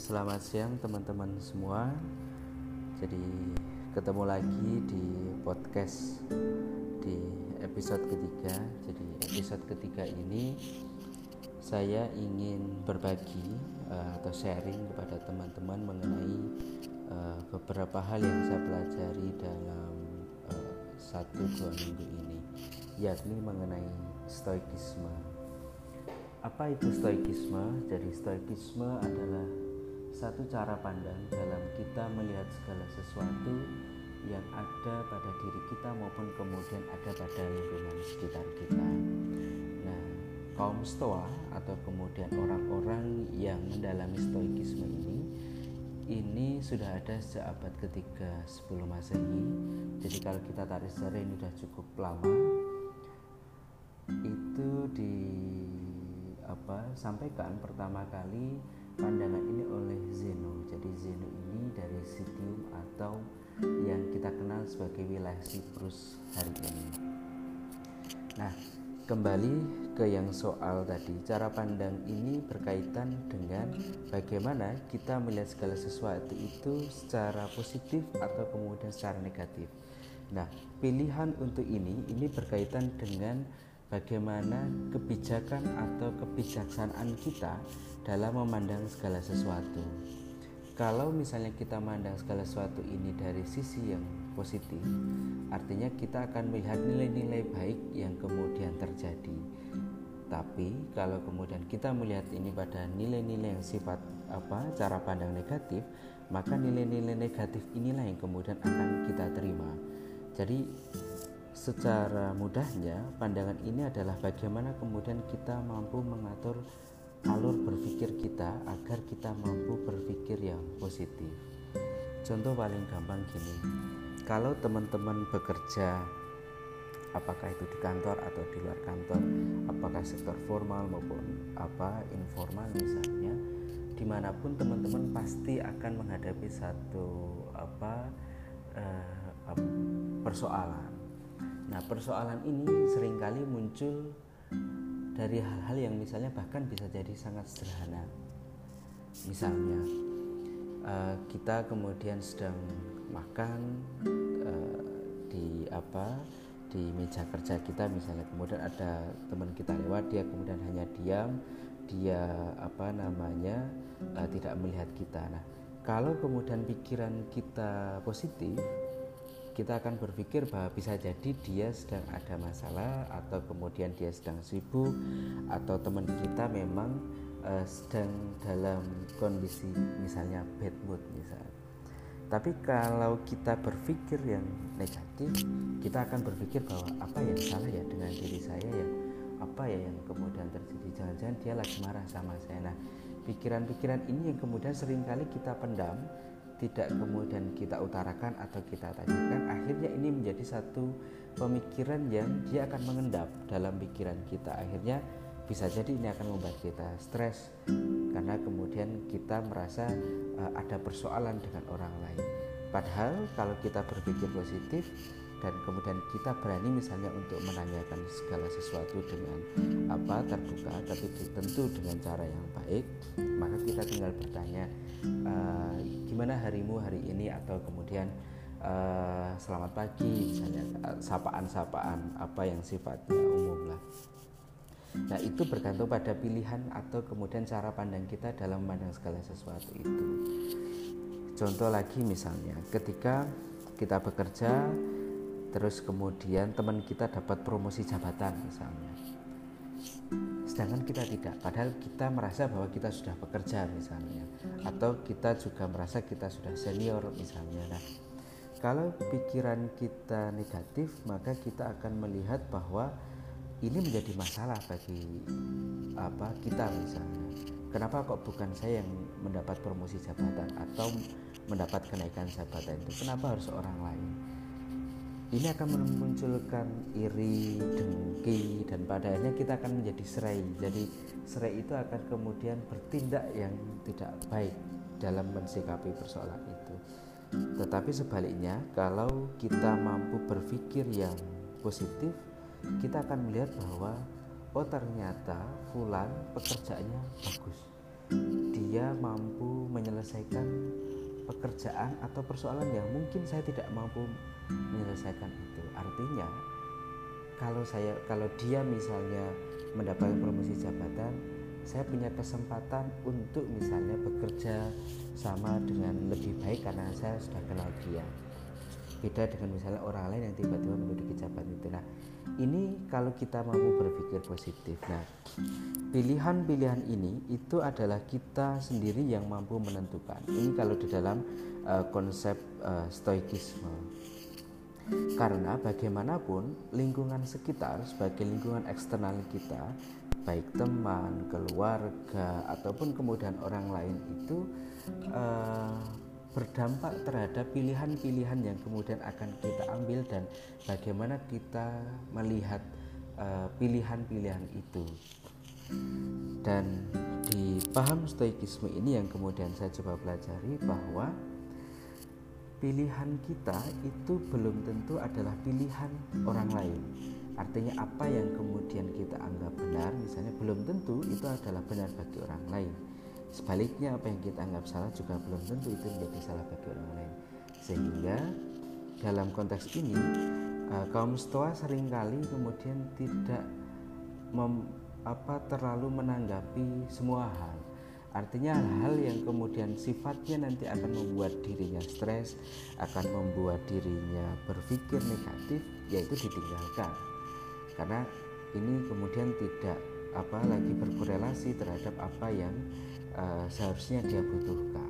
Selamat siang teman-teman semua. Jadi ketemu lagi di podcast di episode ketiga. Jadi episode ketiga ini saya ingin berbagi atau sharing kepada teman-teman mengenai beberapa hal yang saya pelajari dalam 1-2 minggu ini, yakni mengenai stoikisme. Apa itu stoikisme? Jadi stoikisme adalah satu cara pandang dalam kita melihat segala sesuatu yang ada pada diri kita maupun kemudian ada pada lingkungan sekitar kita. Nah, kaum Stoa atau kemudian orang-orang yang mendalami stoikisme ini sudah ada sejak abad ketiga sebelum Masehi. Jadi kalau kita tarik sejarah ini sudah cukup lama. Itu sampaikan pertama kali pandangan ini oleh Zeno. Jadi Zeno ini dari Citium atau yang kita kenal sebagai wilayah Siprus hari ini. Nah, kembali ke yang soal tadi, cara pandang ini berkaitan dengan bagaimana kita melihat segala sesuatu itu secara positif atau kemudian secara negatif. Nah, pilihan untuk ini berkaitan dengan bagaimana kebijakan atau kebijaksanaan kita dalam memandang segala sesuatu. Kalau misalnya kita memandang segala sesuatu ini dari sisi yang positif, artinya kita akan melihat nilai-nilai baik yang kemudian terjadi. Tapi kalau kemudian kita melihat ini pada nilai-nilai yang sifat cara pandang negatif, maka nilai-nilai negatif inilah yang kemudian akan kita terima. Jadi secara mudahnya pandangan ini adalah bagaimana kemudian kita mampu mengatur alur berpikir kita agar kita mampu berpikir yang positif. Contoh paling gampang gini, kalau teman-teman bekerja apakah itu di kantor atau di luar kantor, apakah sektor formal maupun informal misalnya, dimanapun teman-teman pasti akan menghadapi satu persoalan. Nah, persoalan ini seringkali muncul dari hal-hal yang misalnya bahkan bisa jadi sangat sederhana. Misalnya kita kemudian sedang makan di meja kerja kita misalnya, kemudian ada teman kita lewat, dia kemudian hanya diam, dia tidak melihat kita. Nah, kalau kemudian pikiran kita positif, kita akan berpikir bahwa bisa jadi dia sedang ada masalah, atau kemudian dia sedang sibuk, atau teman kita memang sedang dalam kondisi misalnya bad mood misalnya. Tapi kalau kita berpikir yang negatif, kita akan berpikir bahwa apa yang salah ya dengan diri saya ya, apa ya yang kemudian terjadi, jangan-jangan dia lagi marah sama saya. Nah, pikiran-pikiran ini yang kemudian seringkali kita pendam, tidak kemudian kita utarakan atau kita tanyakan, akhirnya ini menjadi satu pemikiran yang dia akan mengendap dalam pikiran kita. Akhirnya bisa jadi ini akan membuat kita stres karena kemudian kita merasa ada persoalan dengan orang lain. Padahal kalau kita berpikir positif dan kemudian kita berani misalnya untuk menanyakan segala sesuatu dengan terbuka, tapi tentu dengan cara yang baik, maka kita tinggal bertanya, gimana harimu hari ini, atau kemudian selamat pagi misalnya, sapaan-sapaan apa yang sifatnya umum lah. Nah, itu bergantung pada pilihan atau kemudian cara pandang kita dalam memandang segala sesuatu itu. Contoh lagi misalnya, ketika kita bekerja terus kemudian teman kita dapat promosi jabatan misalnya, sedangkan kita tidak, padahal kita merasa bahwa kita sudah bekerja misalnya, atau kita juga merasa kita sudah senior misalnya. Nah, kalau pikiran kita negatif, maka kita akan melihat bahwa ini menjadi masalah bagi kita misalnya. Kenapa kok bukan saya yang mendapat promosi jabatan atau mendapat kenaikan jabatan itu? Kenapa harus orang lain? Ini akan memunculkan iri, dengki, dan pada akhirnya kita akan menjadi serai. Jadi serai itu akan kemudian bertindak yang tidak baik dalam mensikapi persoalan itu. Tetapi sebaliknya, kalau kita mampu berpikir yang positif, kita akan melihat bahwa ternyata fulan pekerjaannya bagus, dia mampu menyelesaikan pekerjaan atau persoalan yang mungkin saya tidak mampu menyelesaikan itu. Artinya kalau dia misalnya mendapatkan promosi jabatan, saya punya kesempatan untuk misalnya bekerja sama dengan lebih baik karena saya sudah kenal dia. Beda dengan misalnya orang lain yang tiba-tiba menduduki jabatan itu. Nah, ini kalau kita mampu berpikir positif. Nah, pilihan-pilihan ini itu adalah kita sendiri yang mampu menentukan. Ini kalau di dalam konsep stoikisme. Karena bagaimanapun lingkungan sekitar sebagai lingkungan eksternal kita, baik teman, keluarga ataupun kemudian orang lain itu berdampak terhadap pilihan-pilihan yang kemudian akan kita ambil dan bagaimana kita melihat pilihan-pilihan itu. Dan di paham stoikisme ini yang kemudian saya coba pelajari bahwa pilihan kita itu belum tentu adalah pilihan orang lain. Artinya apa yang kemudian kita anggap benar misalnya belum tentu itu adalah benar bagi orang lain. Sebaliknya apa yang kita anggap salah juga belum tentu itu menjadi salah bagi orang lain. Sehingga dalam konteks ini kaum Stoa seringkali kemudian tidak terlalu menanggapi semua hal. Artinya hal-hal yang kemudian sifatnya nanti akan membuat dirinya stres, akan membuat dirinya berpikir negatif, yaitu ditinggalkan. Karena ini kemudian tidak lagi berkorelasi terhadap apa yang seharusnya dia butuhkan.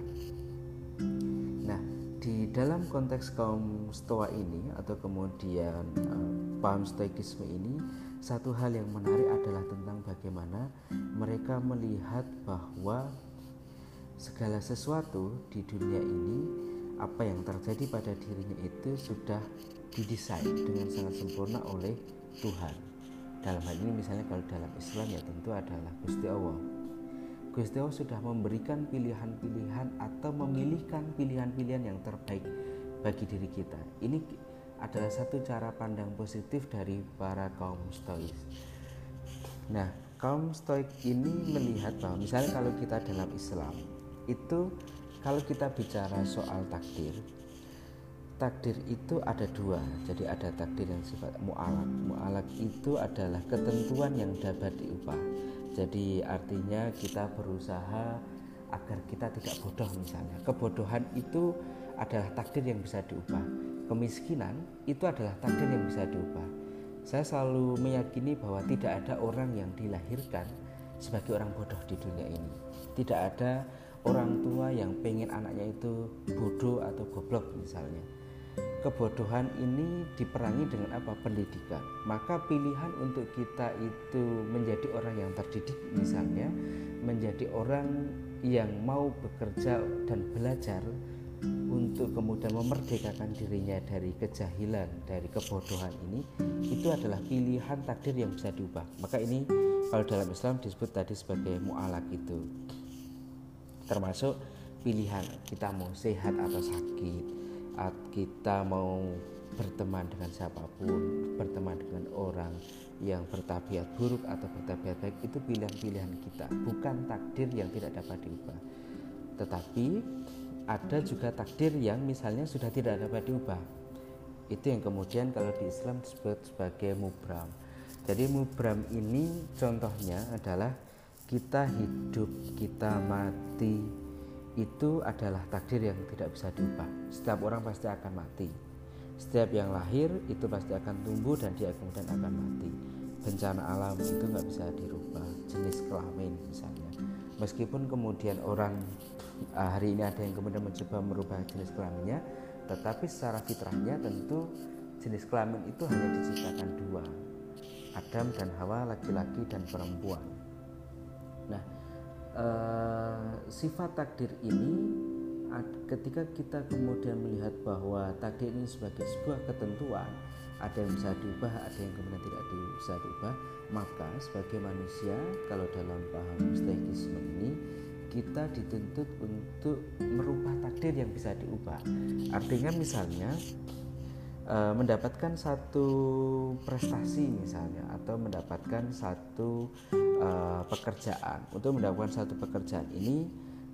Nah, di dalam konteks kaum Stoa ini atau kemudian paham stoikisme ini, satu hal yang menarik adalah tentang bagaimana mereka melihat bahwa segala sesuatu di dunia ini, apa yang terjadi pada dirinya itu sudah didesain dengan sangat sempurna oleh Tuhan. Dalam hal ini misalnya kalau dalam Islam ya tentu adalah Gusti Allah. Gusti Allah sudah memberikan pilihan-pilihan atau memilihkan pilihan-pilihan yang terbaik bagi diri kita. Ini adalah satu cara pandang positif dari para kaum Stoik. Nah, kaum Stoik ini melihat bahwa misalnya kalau kita dalam Islam itu kalau kita bicara soal takdir itu ada dua. Jadi ada takdir yang sifat mu'alak. Mu'alak itu adalah ketentuan yang dapat diubah. Jadi artinya kita berusaha agar kita tidak bodoh misalnya. Kebodohan itu adalah takdir yang bisa diubah. Kemiskinan itu adalah takdir yang bisa diubah. Saya selalu meyakini bahwa tidak ada orang yang dilahirkan sebagai orang bodoh di dunia ini. Tidak ada orang tua yang pengen anaknya itu bodoh atau goblok misalnya. Kebodohan ini diperangi dengan apa? Pendidikan. Maka pilihan untuk kita itu menjadi orang yang terdidik misalnya, menjadi orang yang mau bekerja dan belajar untuk kemudian memerdekakan dirinya dari kejahilan, dari kebodohan ini, itu adalah pilihan takdir yang bisa diubah. Maka ini kalau dalam Islam disebut tadi sebagai mu'alak itu. Termasuk pilihan kita mau sehat atau sakit, kita mau berteman dengan siapapun, berteman dengan orang yang bertabiat buruk atau bertabiat baik, itu pilihan-pilihan kita, bukan takdir yang tidak dapat diubah. Tetapi ada juga takdir yang misalnya sudah tidak dapat diubah. Itu yang kemudian kalau di Islam disebut sebagai mubram. Jadi mubram ini contohnya adalah kita hidup, kita mati, itu adalah takdir yang tidak bisa diubah. Setiap orang pasti akan mati. Setiap yang lahir itu pasti akan tumbuh dan dia kemudian akan mati. Bencana alam itu nggak bisa dirubah. Jenis kelamin misalnya. Meskipun kemudian orang hari ini ada yang kemudian mencoba merubah jenis kelaminnya, tetapi secara fitrahnya tentu jenis kelamin itu hanya diciptakan dua, Adam dan Hawa, laki-laki dan perempuan. Nah, sifat takdir ini ketika kita kemudian melihat bahwa takdir ini sebagai sebuah ketentuan, ada yang bisa diubah, ada yang kemudian tidak bisa diubah, maka sebagai manusia kalau dalam paham stoikisme ini kita dituntut untuk merubah takdir yang bisa diubah. Artinya misalnya mendapatkan satu prestasi misalnya, atau mendapatkan satu pekerjaan. Untuk mendapatkan satu pekerjaan ini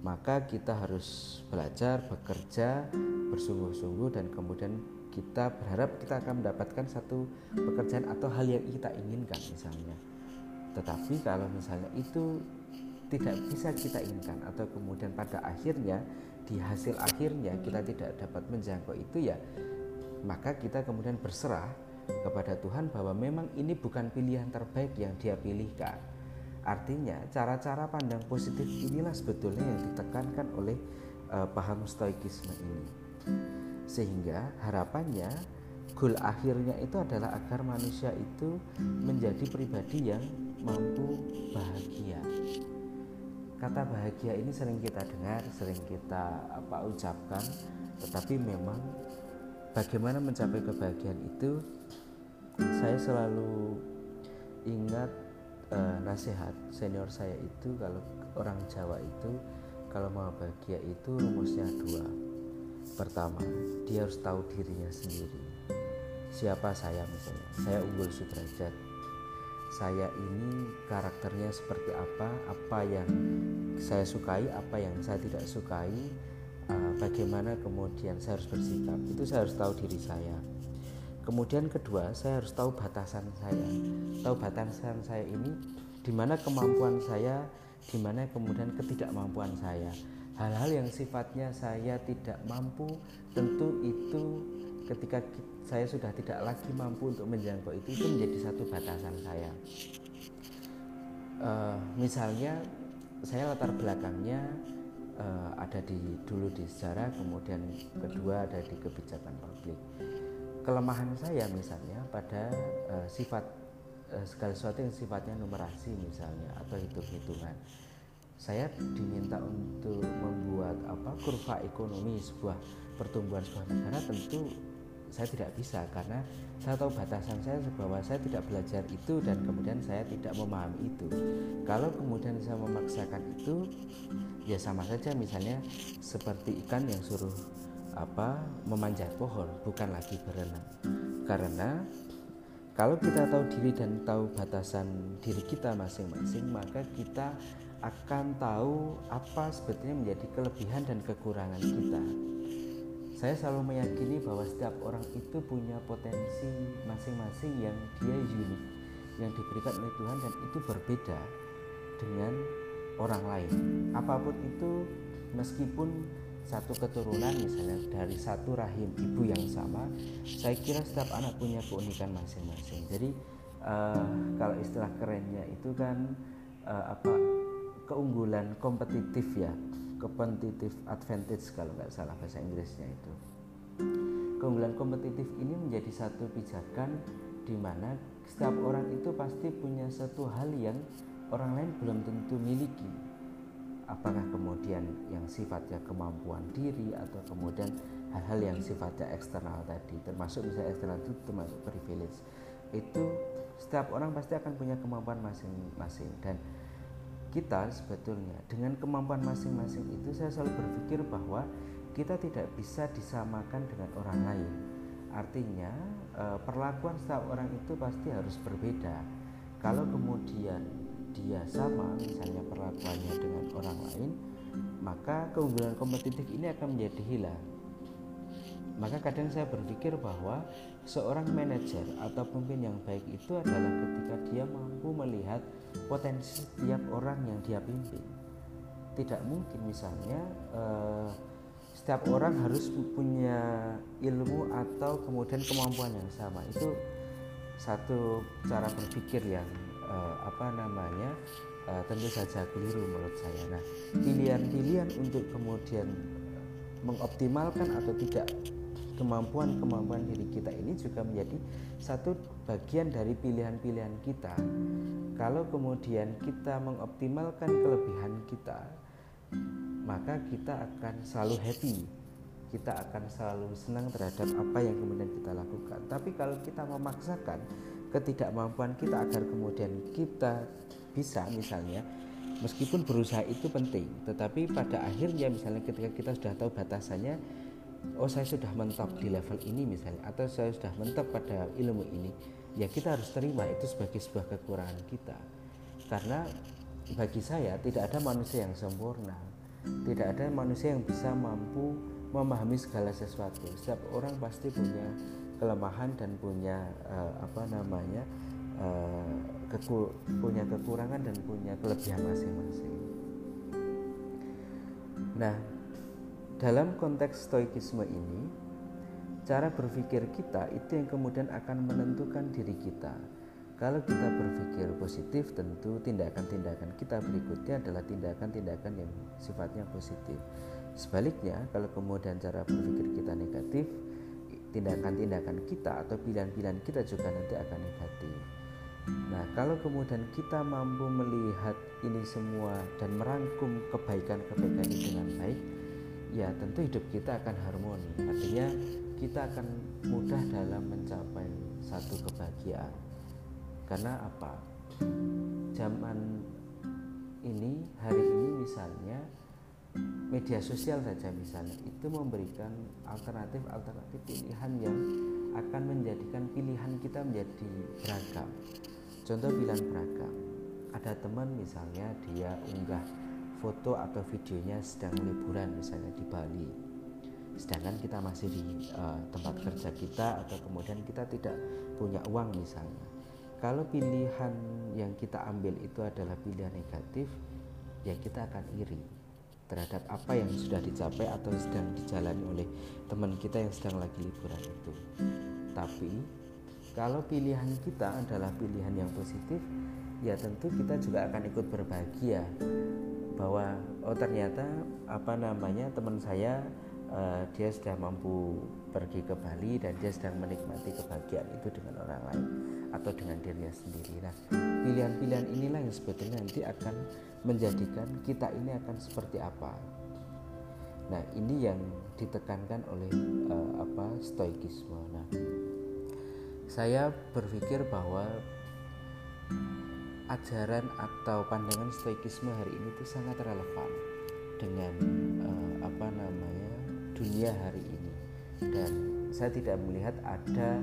maka kita harus belajar, bekerja bersungguh-sungguh, dan kemudian kita berharap kita akan mendapatkan satu pekerjaan atau hal yang kita inginkan misalnya. Tetapi kalau misalnya itu tidak bisa kita inginkan, atau kemudian pada akhirnya di hasil akhirnya kita tidak dapat menjangkau itu, ya maka kita kemudian berserah kepada Tuhan bahwa memang ini bukan pilihan terbaik yang Dia pilihkan. Artinya cara-cara pandang positif inilah sebetulnya yang ditekankan oleh paham stoikisme ini. Sehingga harapannya goal akhirnya itu adalah agar manusia itu menjadi pribadi yang mampu bahagia. Kata bahagia ini sering kita dengar, sering kita ucapkan, tetapi memang bagaimana mencapai kebahagiaan itu, saya selalu ingat nasihat senior saya itu, kalau orang Jawa itu kalau mau bahagia itu rumusnya 2. Pertama, dia harus tahu dirinya sendiri. Siapa saya misalnya, saya Unggul Sudrajat, saya ini karakternya seperti apa yang saya sukai, apa yang saya tidak sukai, bagaimana kemudian saya harus bersikap, itu saya harus tahu diri saya. Kemudian kedua, saya harus tahu batasan saya. Tahu batasan saya ini di mana kemampuan saya, di mana kemudian ketidakmampuan saya. Hal-hal yang sifatnya saya tidak mampu, tentu itu ketika saya sudah tidak lagi mampu untuk menjangkau itu menjadi satu batasan saya. Misalnya saya latar belakangnya ada dulu di sejarah, kemudian kedua ada di kebijakan publik. Kelemahan saya misalnya pada sifat segala sesuatu yang sifatnya numerasi misalnya, atau hitung-hitungan. Saya diminta untuk membuat kurva ekonomi sebuah pertumbuhan sebuah negara, tentu saya tidak bisa, karena saya tahu batasan saya bahwa saya tidak belajar itu, dan kemudian saya tidak memahami itu. Kalau kemudian saya memaksakan itu, ya sama saja misalnya seperti ikan yang suruh memanjat pohon, bukan lagi berenang. Karena kalau kita tahu diri dan tahu batasan diri kita masing-masing, maka kita akan tahu apa sebetulnya menjadi kelebihan dan kekurangan kita. Saya selalu meyakini bahwa setiap orang itu punya potensi masing-masing yang dia unik, yang diberikan oleh Tuhan, dan itu berbeda dengan orang lain. Apapun itu, meskipun satu keturunan misalnya dari satu rahim ibu yang sama, saya kira setiap anak punya keunikan masing-masing. Jadi kalau istilah kerennya itu kan keunggulan kompetitif ya, competitive advantage kalau nggak salah bahasa Inggrisnya itu. Keunggulan kompetitif ini menjadi satu pijakan di mana setiap orang itu pasti punya satu hal yang orang lain belum tentu miliki. Apakah kemudian yang sifatnya kemampuan diri, atau kemudian hal-hal yang sifatnya eksternal tadi, termasuk misalnya eksternal itu termasuk privilege. Itu setiap orang pasti akan punya kemampuan masing-masing, dan kita sebetulnya dengan kemampuan masing-masing itu, saya selalu berpikir bahwa kita tidak bisa disamakan dengan orang lain. Artinya perlakuan setiap orang itu pasti harus berbeda. Kalau kemudian dia sama misalnya perlakuannya dengan orang lain, maka keunggulan kompetitif ini akan menjadi hilang. Maka kadang saya berpikir bahwa seorang manajer atau pemimpin yang baik itu adalah ketika dia mampu melihat potensi setiap orang yang dia pimpin. Tidak mungkin misalnya setiap orang harus punya ilmu atau kemudian kemampuan yang sama. Itu satu cara berpikir yang tentu saja keliru menurut saya. Nah, pilihan-pilihan untuk kemudian mengoptimalkan atau tidak kemampuan diri kita ini juga menjadi satu bagian dari pilihan-pilihan kita. Kalau kemudian kita mengoptimalkan kelebihan kita, maka kita akan selalu happy, kita akan selalu senang terhadap apa yang kemudian kita lakukan. Tapi kalau kita memaksakan ketidakmampuan kita agar kemudian kita bisa, misalnya meskipun berusaha itu penting, tetapi pada akhirnya misalnya ketika kita sudah tahu batasannya, saya sudah mentok di level ini misalnya, atau saya sudah mentok pada ilmu ini, ya kita harus terima itu sebagai sebuah kekurangan kita. Karena bagi saya tidak ada manusia yang sempurna. Tidak ada manusia yang bisa mampu memahami segala sesuatu. Setiap orang pasti punya kelemahan dan punya punya kekurangan dan punya kelebihan masing-masing. Nah, dalam konteks stoikisme ini, cara berpikir kita itu yang kemudian akan menentukan diri kita. Kalau kita berpikir positif, tentu tindakan-tindakan kita berikutnya adalah tindakan-tindakan yang sifatnya positif. Sebaliknya, kalau kemudian cara berpikir kita negatif, tindakan-tindakan kita atau pilihan-pilihan kita juga nanti akan negatif. Nah, kalau kemudian kita mampu melihat ini semua dan merangkum kebaikan-kebaikan ini dengan baik, ya tentu hidup kita akan harmoni. Artinya kita akan mudah dalam mencapai satu kebahagiaan. Karena apa? Zaman ini, hari ini misalnya, media sosial saja misalnya, itu memberikan alternatif pilihan yang akan menjadikan pilihan kita menjadi beragam. Contoh pilihan beragam, ada teman misalnya dia unggah foto atau videonya sedang liburan misalnya di Bali, sedangkan kita masih di tempat kerja kita, atau kemudian kita tidak punya uang misalnya. Kalau pilihan yang kita ambil itu adalah pilihan negatif, ya kita akan iri terhadap apa yang sudah dicapai atau sedang dijalani oleh teman kita yang sedang lagi liburan itu. Tapi kalau pilihan kita adalah pilihan yang positif, ya tentu kita juga akan ikut berbahagia bahwa ternyata teman saya dia sudah mampu pergi ke Bali dan dia sedang menikmati kebahagiaan itu dengan orang lain atau dengan dirinya sendiri. Nah, pilihan-pilihan inilah yang sebetulnya nanti akan menjadikan kita ini akan seperti apa. Nah, ini yang ditekankan oleh stoikisme. Nah, saya berpikir bahwa ajaran atau pandangan stoikisme hari ini itu sangat relevan dengan dunia hari ini, dan saya tidak melihat ada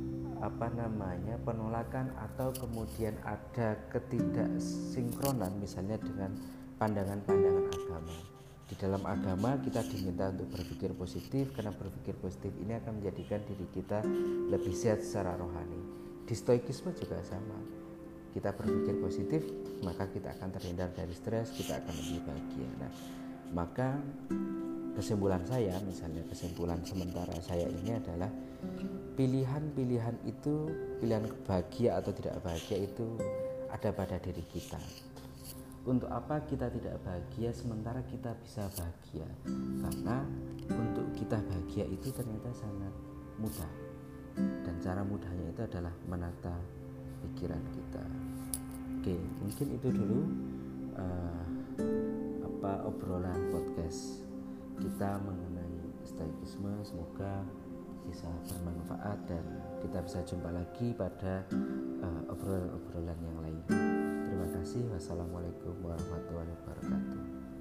penolakan atau kemudian ada ketidaksinkronan misalnya dengan pandangan-pandangan agama. Di dalam agama kita diminta untuk berpikir positif, karena berpikir positif ini akan menjadikan diri kita lebih sehat secara rohani. Di stoikisme juga sama. Kita berpikir positif, maka kita akan terhindar dari stres, kita akan lebih bahagia. Nah, maka kesimpulan sementara saya ini adalah pilihan-pilihan itu, pilihan bahagia atau tidak bahagia itu ada pada diri kita. Untuk apa kita tidak bahagia sementara kita bisa bahagia? Karena untuk kita bahagia itu ternyata sangat mudah, dan cara mudahnya itu adalah menata pikiran kita. Oke, mungkin itu dulu obrolan podcast kita mengenai stoikisme. Semoga bisa bermanfaat dan kita bisa jumpa lagi pada obrolan-obrolan yang lain. Terima kasih. Wassalamualaikum warahmatullahi wabarakatuh.